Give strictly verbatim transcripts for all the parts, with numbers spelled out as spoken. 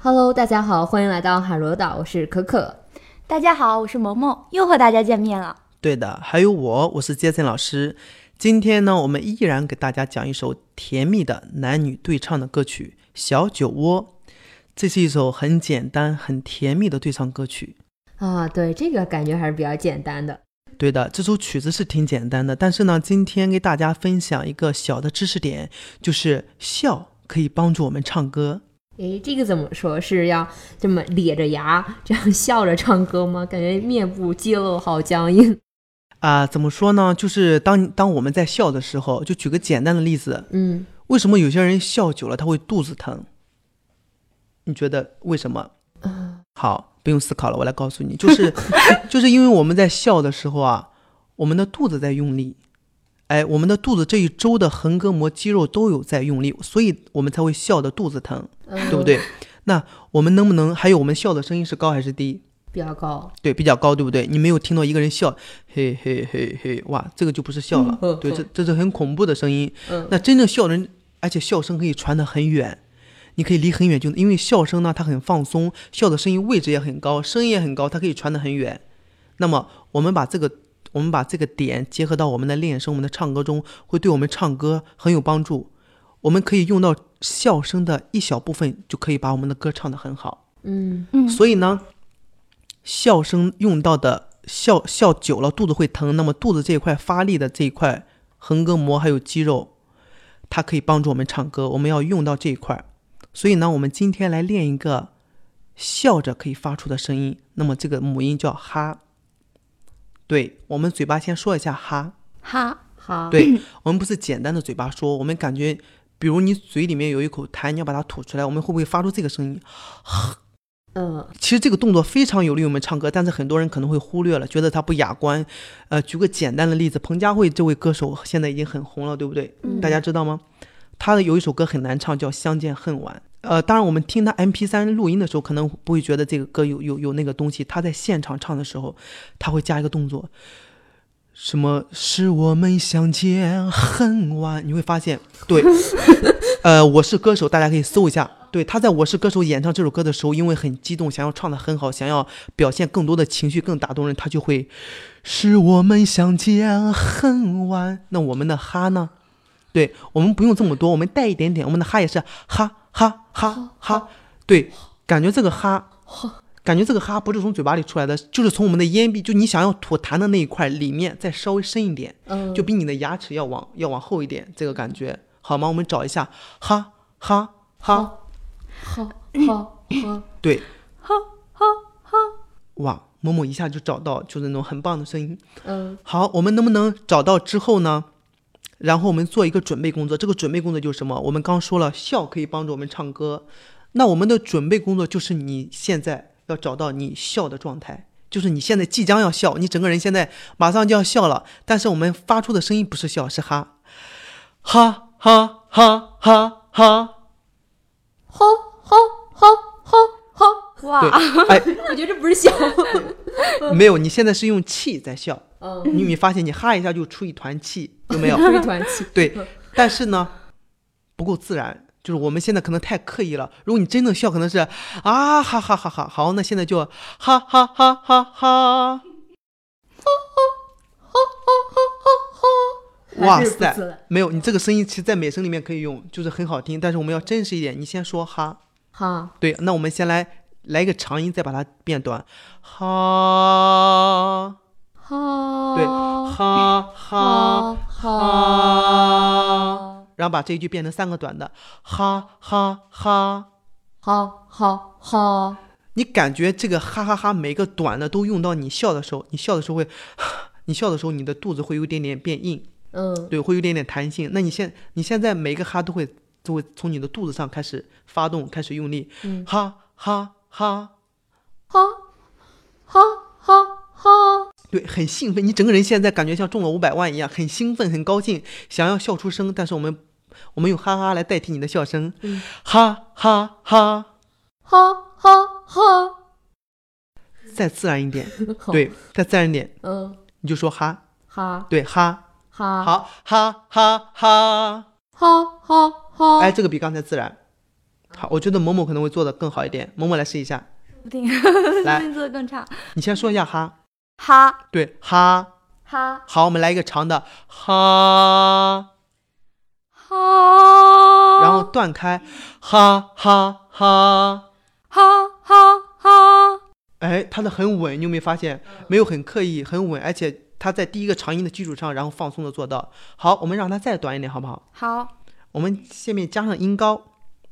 Hello， 大家好，欢迎来到海螺岛，我是可可。 大家好，我是萌萌，又和大家见面了。 对的，还有我，我是杰森老师。今天呢，我们依然给大家讲一首甜蜜的男女对唱的歌曲《小酒窝》。这是一首很简单、很甜蜜的对唱歌曲啊。对，这个感觉还是比较简单的。 对的，这首曲子是挺简单的，但是呢，今天给大家分享一个小的知识点，就是笑可以帮助我们唱歌。 诶，这个怎么说？是要这么咧着牙这样笑着唱歌吗？感觉面部肌肉好僵硬啊、呃。怎么说呢？就是当当我们在笑的时候，就举个简单的例子， 嗯， 为什么有些人笑久了他会肚子疼？你觉得为什么？ 呃、 好，不用思考了，我来告诉你，就是就是因为我们在笑的时候啊，我们的肚子在用力。哎，我们的肚子这一周的横膈膜肌肉都有在用力，所以我们才会笑的肚子疼， 嗯、 对不对？那我们能不能还有我们笑的声音是高还是低？ 比较高。 对，比较高，对不对？你没有听到一个人笑嘿嘿嘿嘿，哇，这个就不是笑了， 嗯、 对，这这是很恐怖的声音、 嗯、 那真正笑人，而且笑声可以传得很远，你可以离很远就，因为笑声呢它很放松，笑的声音位置也很高，声音也很高，它可以传得很远。那么我们把这个我们把这个点结合到我们的练声，我们的唱歌中，会对我们唱歌很有帮助。我们可以用到笑声的一小部分，就可以把我们的歌唱得很好。 嗯嗯，所以呢，笑声用到的笑笑久了肚子会疼，那么肚子这一块发力的这一块横膈膜还有肌肉，它可以帮助我们唱歌，我们要用到这一块。所以呢，我们今天来练一个笑着可以发出的声音，那么这个母音叫哈。对，我们嘴巴先说一下哈哈哈。 对，我们不是简单的嘴巴说，我们感觉比如你嘴里面有一口痰，你要把它吐出来，我们会不会发出这个声音？ 嗯， 其实这个动作非常有利于我们唱歌，但是很多人可能会忽略了，觉得它不雅观。呃，举个简单的例子，彭佳慧这位歌手现在已经很红了，对不对？ 嗯、 大家知道吗？他的有一首歌很难唱，叫《相见恨晚》。呃，当然我们听他 M P 三 录音的时候，可能不会觉得这个歌有有有那个东西。他在现场唱的时候，他会加一个动作，什么是我们相见恨晚？你会发现，对，呃，我是歌手，大家可以搜一下。对，他在我是歌手演唱这首歌的时候，因为很激动，想要唱得很好，想要表现更多的情绪，更打动人，他就会是我们相见恨晚。那我们的哈呢？对，我们不用这么多，我们带一点点，我们的哈也是哈哈哈哈。对，感觉这个哈感觉这个哈不是从嘴巴里出来的，就是从我们的咽壁，就你想要吐痰的那一块里面再稍微深一点， 嗯、 就比你的牙齿要往要往后一点，这个感觉好吗？我们找一下哈哈哈哈哈哈， 对， 哈哈哈， 哇，某某一下就找到，就是那种很棒的声音。 嗯， 好，我们能不能找到之后呢？然后我们做一个准备工作，这个准备工作就是什么？我们刚说了，笑可以帮助我们唱歌，那我们的准备工作就是你现在要找到你笑的状态，就是你现在即将要笑，你整个人现在马上就要笑了，但是我们发出的声音不是笑，是哈，哈哈哈哈哈， 哈哈哈哈哈， 哇！ 哎， 我觉得这不是笑， 没有，你现在是用气在笑。 嗯， 你有没有发现你哈一下就出一团气，有没有？ 出一团气。 对，但是呢，不够自然，就是我们现在可能太刻意了。如果你真正笑，可能是啊哈哈哈哈。好，那现在就哈哈哈哈哈。哇塞，没有，你这个声音其实在美声里面可以用，就是很好听，但是我们要真实一点，你先说哈。 哈。对， 那我们先来来一个长音，再把它变短。哈。 哈， 对，哈哈哈，然后把这一句变成三个短的，哈哈哈， 哈哈哈。 你感觉这个哈哈哈每个短的都用到你笑的时候，你笑的时候会，你笑的时候你的肚子会有点点变硬， 嗯， 对，会有点点弹性。那你现你现在每个哈都会都会从你的肚子上开始发动，开始用力， 嗯， 哈哈哈， 哈哈哈哈。 对，很兴奋，你整个人现在感觉像中了五百万一样，很兴奋，很高兴，想要笑出声，但是我们我们用哈哈来代替你的笑声， 嗯， 哈哈哈， 哈哈哈， 再自然一点，对，再自然一点， 嗯， 你就说哈哈， 对，哈哈， 好，哈哈哈， 哈哈哈， 哎，这个比刚才自然， 好，我觉得某某可能会做得更好一点，某某来试一下。 说不定来说不定做的更差。 你先说一下哈。 哈对，哈。 哈好，我们来一个长的哈， 哈， 然后断开，哈哈哈哈哈哈。 哎，它的很稳，你有没有发现？没有很刻意，很稳，而且它在第一个长音的基础上，然后放松的做到。好，我们让它再短一点，好不好？ 好， 我们下面加上音高，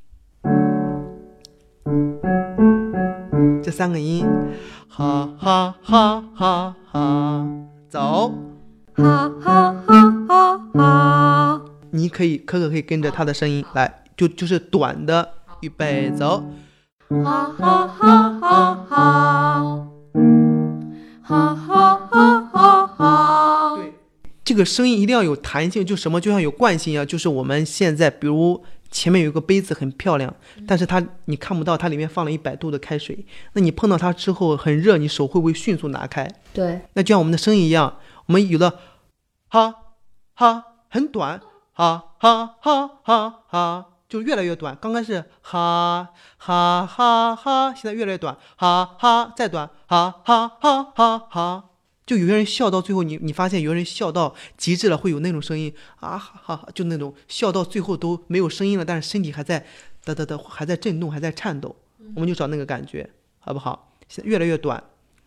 这三个音，哈哈哈哈哈，走， 哈哈哈哈哈。 你可以可可可以跟着它的声音来，就就是短的，预备走。 哈哈哈哈哈，哈哈哈哈哈。 对，这个声音一定要有弹性，就什么就像有惯性一样。就是我们现在，比如前面有一个杯子很漂亮，但是它你看不到它里面放了一百度的开水，那你碰到它之后很热，你手会不会迅速拿开？ 对， 那就像我们的声音一样，我们有的哈哈很短，哈哈哈哈哈。就越来越短，刚开始哈哈哈哈，现在越来越短，哈哈再短，哈哈哈哈哈。就有些人笑到最后，你你发现有人笑到极致了，会有那种声音啊哈哈，就那种笑到最后都没有声音了，但是身体还在哒哒哒，还在震动，还在颤抖，我们就找那个感觉，好不好？现在越来越短，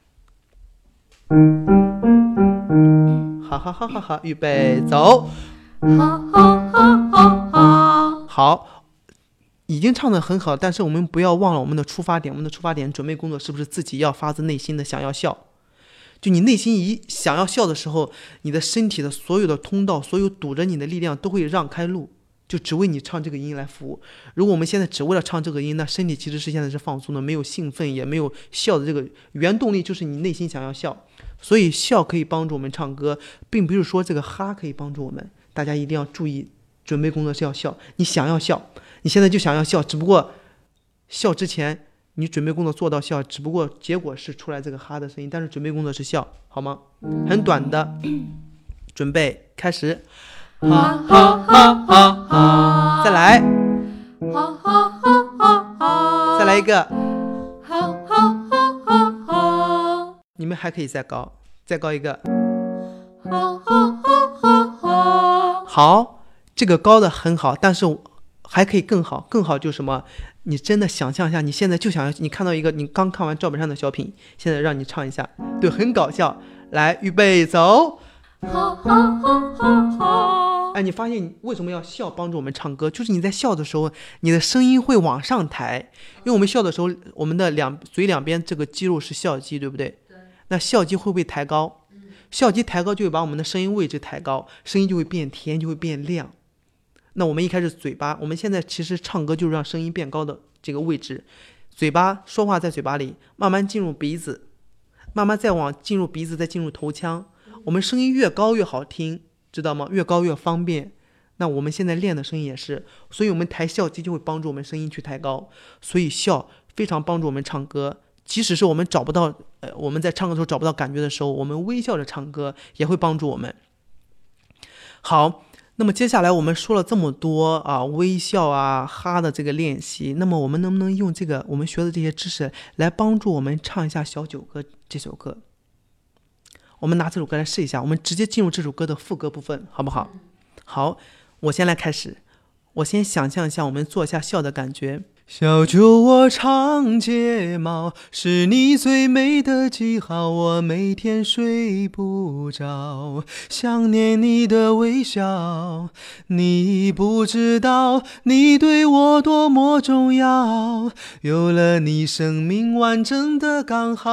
哈哈哈哈哈，预备走。 哈哈哈哈哈。 好，已经唱得很好，但是我们不要忘了我们的出发点。我们的出发点准备工作是不是自己要发自内心的想要笑？就你内心一想要笑的时候，你的身体的所有的通道，所有堵着你的力量都会让开路，就只为你唱这个音来服务。如果我们现在只为了唱这个音，那身体其实是现在是放松的，没有兴奋，也没有笑的这个原动力，就是你内心想要笑。所以笑可以帮助我们唱歌，并不是说这个哈可以帮助我们。大家一定要注意，准备工作是要笑，你想要笑，你现在就想要笑，只不过笑之前你准备工作做到笑，只不过结果是出来这个哈的声音，但是准备工作是笑，好吗？很短的，准备开始，哈哈哈哈哈，再来， 哈哈哈哈哈。 再来一个， 哈哈哈哈哈。 你们还可以再高，再高一个， 哈哈哈哈哈。 好，这个高的很好，但是还可以更好，更好就是什么？你真的想象一下，你现在就想要，你看到一个你刚看完赵本山的小品，现在让你唱一下，对，很搞笑。来，预备，走。 哈哈哈哈哈。 哎，你发现为什么要笑帮助我们唱歌？就是你在笑的时候，你的声音会往上抬，因为我们笑的时候，我们的两嘴两边这个肌肉是笑肌，对不对？对。那笑肌会不会抬高？笑肌抬高就会把我们的声音位置抬高，声音就会变甜，就会变亮。那我们一开始嘴巴，我们现在其实唱歌就是让声音变高的这个位置，嘴巴说话在嘴巴里，慢慢进入鼻子，慢慢再往进入鼻子，再进入头腔。我们声音越高越好听，知道吗？越高越方便。那我们现在练的声音也是，所以我们抬笑肌就会帮助我们声音去抬高，所以笑非常帮助我们唱歌。即使是我们找不到，呃，我们在唱歌的时候找不到感觉的时候，我们微笑着唱歌也会帮助我们。好。那么接下来我们说了这么多啊，微笑啊哈的这个练习，那么我们能不能用这个我们学的这些知识来帮助我们唱一下小九歌这首歌？我们拿这首歌来试一下，我们直接进入这首歌的副歌部分，好不好？好，我先来开始，我先想象一下我们做一下笑的感觉。小酒窝长睫毛，是你最美的记号，我每天睡不着，想念你的微笑，你不知道你对我多么重要，有了你生命完整的刚好。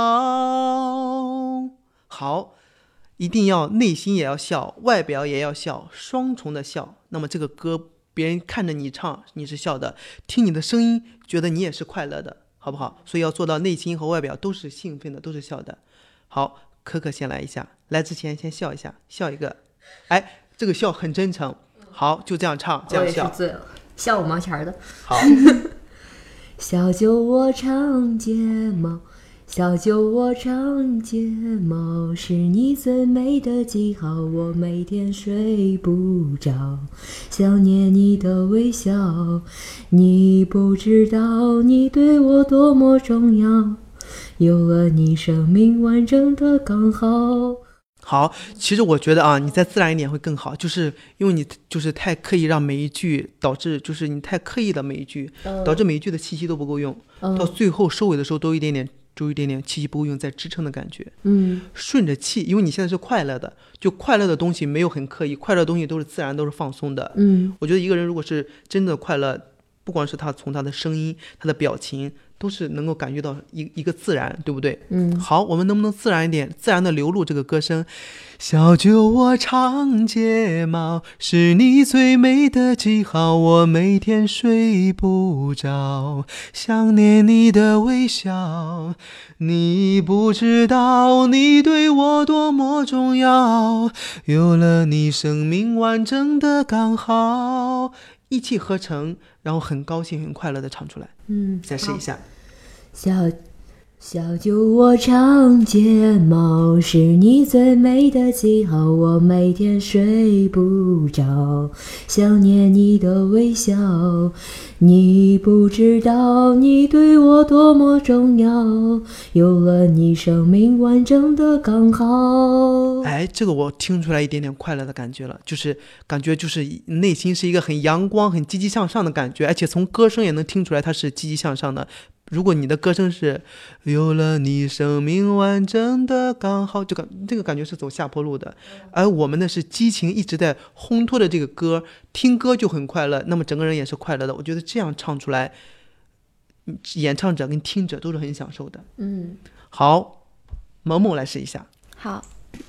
好，一定要内心也要笑，外表也要笑，双重的笑，那么这个歌别人看着你唱你是笑的，听你的声音觉得你也是快乐的，好不好？所以要做到内心和外表都是兴奋的，都是笑的。好，可可先来一下，来之前先笑一下，笑一个，哎，这个笑很真诚。好，就这样唱，这样笑。 我也是醉了，笑五毛钱的。 好。 小酒窝长睫毛， 小酒窝长睫毛，是你最美的记号，我每天睡不着，想念你的微笑，你不知道你对我多么重要，有了你生命完整的刚好。 好，其实我觉得啊，你再自然一点会更好，就是因为你就是太刻意让每一句导致，就是你太刻意的每一句， 嗯、 导致每一句的气息都不够用，嗯、到最后收尾的时候都有一点点，都有一点点气息不够用，在支撑的感觉。嗯，顺着气，因为你现在是快乐的，就快乐的东西没有很刻意，快乐的东西都是自然，都是放松的。嗯，我觉得一个人如果是真的快乐，不光是他从他的声音、他的表情。都是能够感觉到一一个自然，对不对？嗯，好，我们能不能自然一点，自然的流露这个歌声？小酒窝长睫毛，是你最美的记号，我每天睡不着，想念你的微笑，你不知道你对我多么重要，有了你生命完整的刚好。一气呵成，然后很高兴很快乐的唱出来。嗯，再试一下。 小小酒窝长睫毛，是你最美的记号，我每天睡不着，想念你的微笑，你不知道你对我多么重要，有了你生命完整的刚好。 哎，这个我听出来一点点快乐的感觉了，就是感觉就是内心是一个很阳光很积极向上的感觉，而且从歌声也能听出来它是积极向上的。如果你的歌声是有了你生命完整的刚好，这个这个感觉是走下坡路的，而我们的是激情一直在烘托的这个歌，听歌就很快乐，那么整个人也是快乐的。我觉得这样唱出来，演唱者跟听者都是很享受的。嗯，好，萌萌来试一下。 好。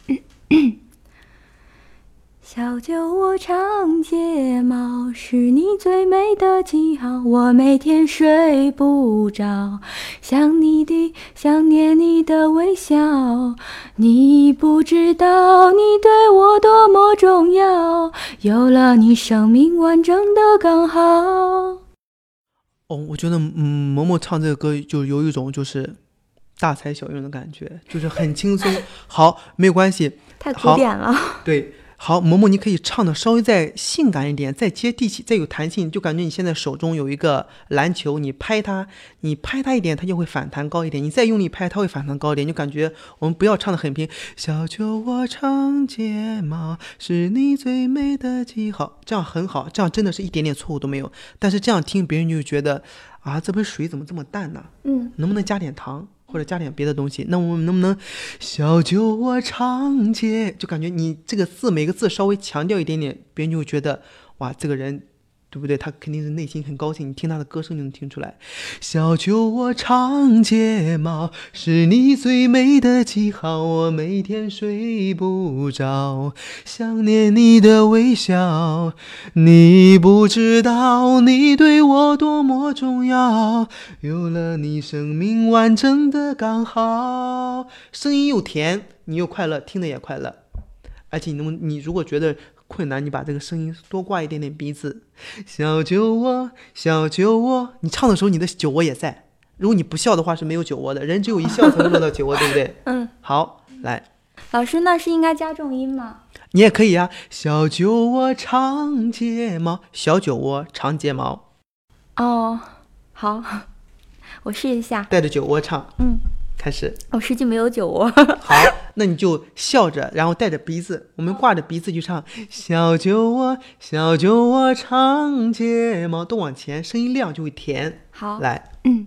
小酒窝长睫毛，是你最美的记号，我每天睡不着，想你的想念你的微笑，你不知道你对我多么重要，有了你生命完整的刚好。哦， 我觉得嗯，萌萌唱这个歌就有一种就是大材小用的感觉，就是很轻松。好，没有关系， 太古典了。 对。好，萌萌，你可以唱的稍微再性感一点，再接地气，再有弹性，就感觉你现在手中有一个篮球，你拍它，你拍它一点，它就会反弹高一点，你再用力拍，它会反弹高一点，就感觉我们不要唱的很平。小酒窝长睫毛，是你最美的记号，这样很好，这样真的是一点点错误都没有。但是这样听别人就觉得啊，这杯水怎么这么淡呢？嗯，能不能加点糖？或者加点别的东西，那我们能不能小酒窝长睫，就感觉你这个字每个字稍微强调一点点，别人就会觉得哇，这个人对不对？他肯定是内心很高兴，你听他的歌声就能听出来。小酒窝长睫毛，是你最美的记号，我每天睡不着，想念你的微笑，你不知道你对我多么重要，有了你生命完整的刚好。声音又甜，你又快乐，听得也快乐。而且你能你如果觉得困难，你把这个声音多挂一点点鼻子。小酒窝，小酒窝，你唱的时候你的酒窝也在。如果你不笑的话是没有酒窝的，人只有一笑才能落到酒窝，对不对？嗯。好，来。 老师，那是应该加重音吗？ 你也可以啊。小酒窝长睫毛，小酒窝长睫毛。 哦，好，我试一下。 带着酒窝唱。嗯。开始。 我实际没有酒窝。 好，那你就笑着，然后带着鼻子，我们挂着鼻子去唱。小酒窝，小酒窝长睫毛，都往前，声音亮就会甜。 好， 来， 嗯。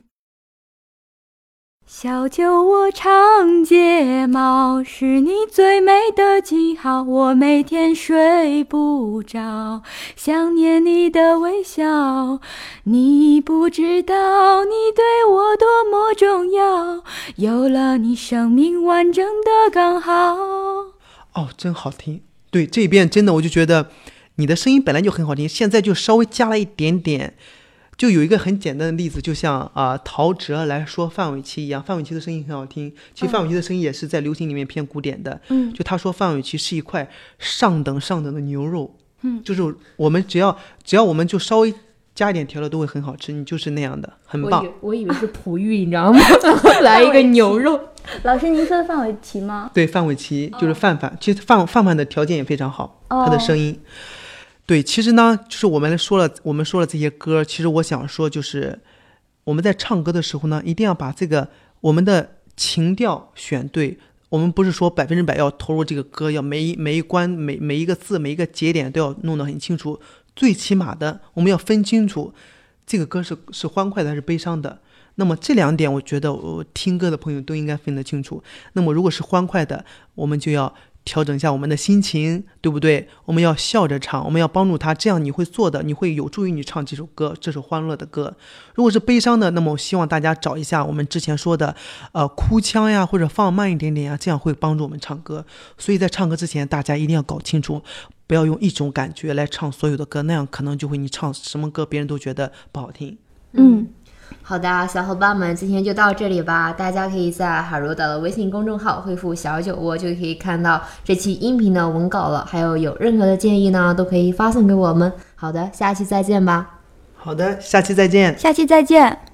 小酒窝长睫毛，是你最美的记号，我每天睡不着，想念你的微笑，你不知道你对我多么重要，有了你生命完整的刚好。 哦，真好听。对，这边真的我就觉得你的声音本来就很好听，现在就稍微加了一点点。就有一个很简单的例子，就像啊、呃、陶喆来说范玮琪一样，范玮琪的声音很好听，其实范玮琪的声音也是在流行里面偏古典的。嗯，就他说范玮琪是一块上等上等的牛肉。嗯，就是我们只要只要我们就稍微加加一点调料都会很好吃，你就是那样的，很棒。 我以为我以为是璞玉，你知道吗？来一个牛肉。 老师，您说的范玮琪吗？ 对，范玮琪就是范范，其实范范范的条件也非常好， 哦、 他的声音。对，其实呢，就是我们说了，我们说了这些歌，其实我想说，就是我们在唱歌的时候呢，一定要把这个我们的情调选对。我们不是说百分之百要投入这个歌，要每一每一关每每一个字每一个节点都要弄得很清楚。最起码的，我们要分清楚这个歌是是欢快的还是悲伤的。那么这两点，我觉得我听歌的朋友都应该分得清楚。那么如果是欢快的，我们就要调整一下我们的心情，对不对？我们要笑着唱，我们要帮助他，这样你会做的，你会有助于你唱这首歌，这首欢乐的歌。如果是悲伤的，那么我希望大家找一下我们之前说的呃哭腔呀，或者放慢一点点呀，这样会帮助我们唱歌。所以在唱歌之前，大家一定要搞清楚，不要用一种感觉来唱所有的歌，那样可能就会你唱什么歌别人都觉得不好听。 嗯， 好的，小伙伴们，今天就到这里吧。大家可以在海螺岛的微信公众号回复小酒窝，就可以看到这期音频的文稿了。还有有任何的建议呢，都可以发送给我们。好的，下期再见吧。 好的，下期再见。 下期再见。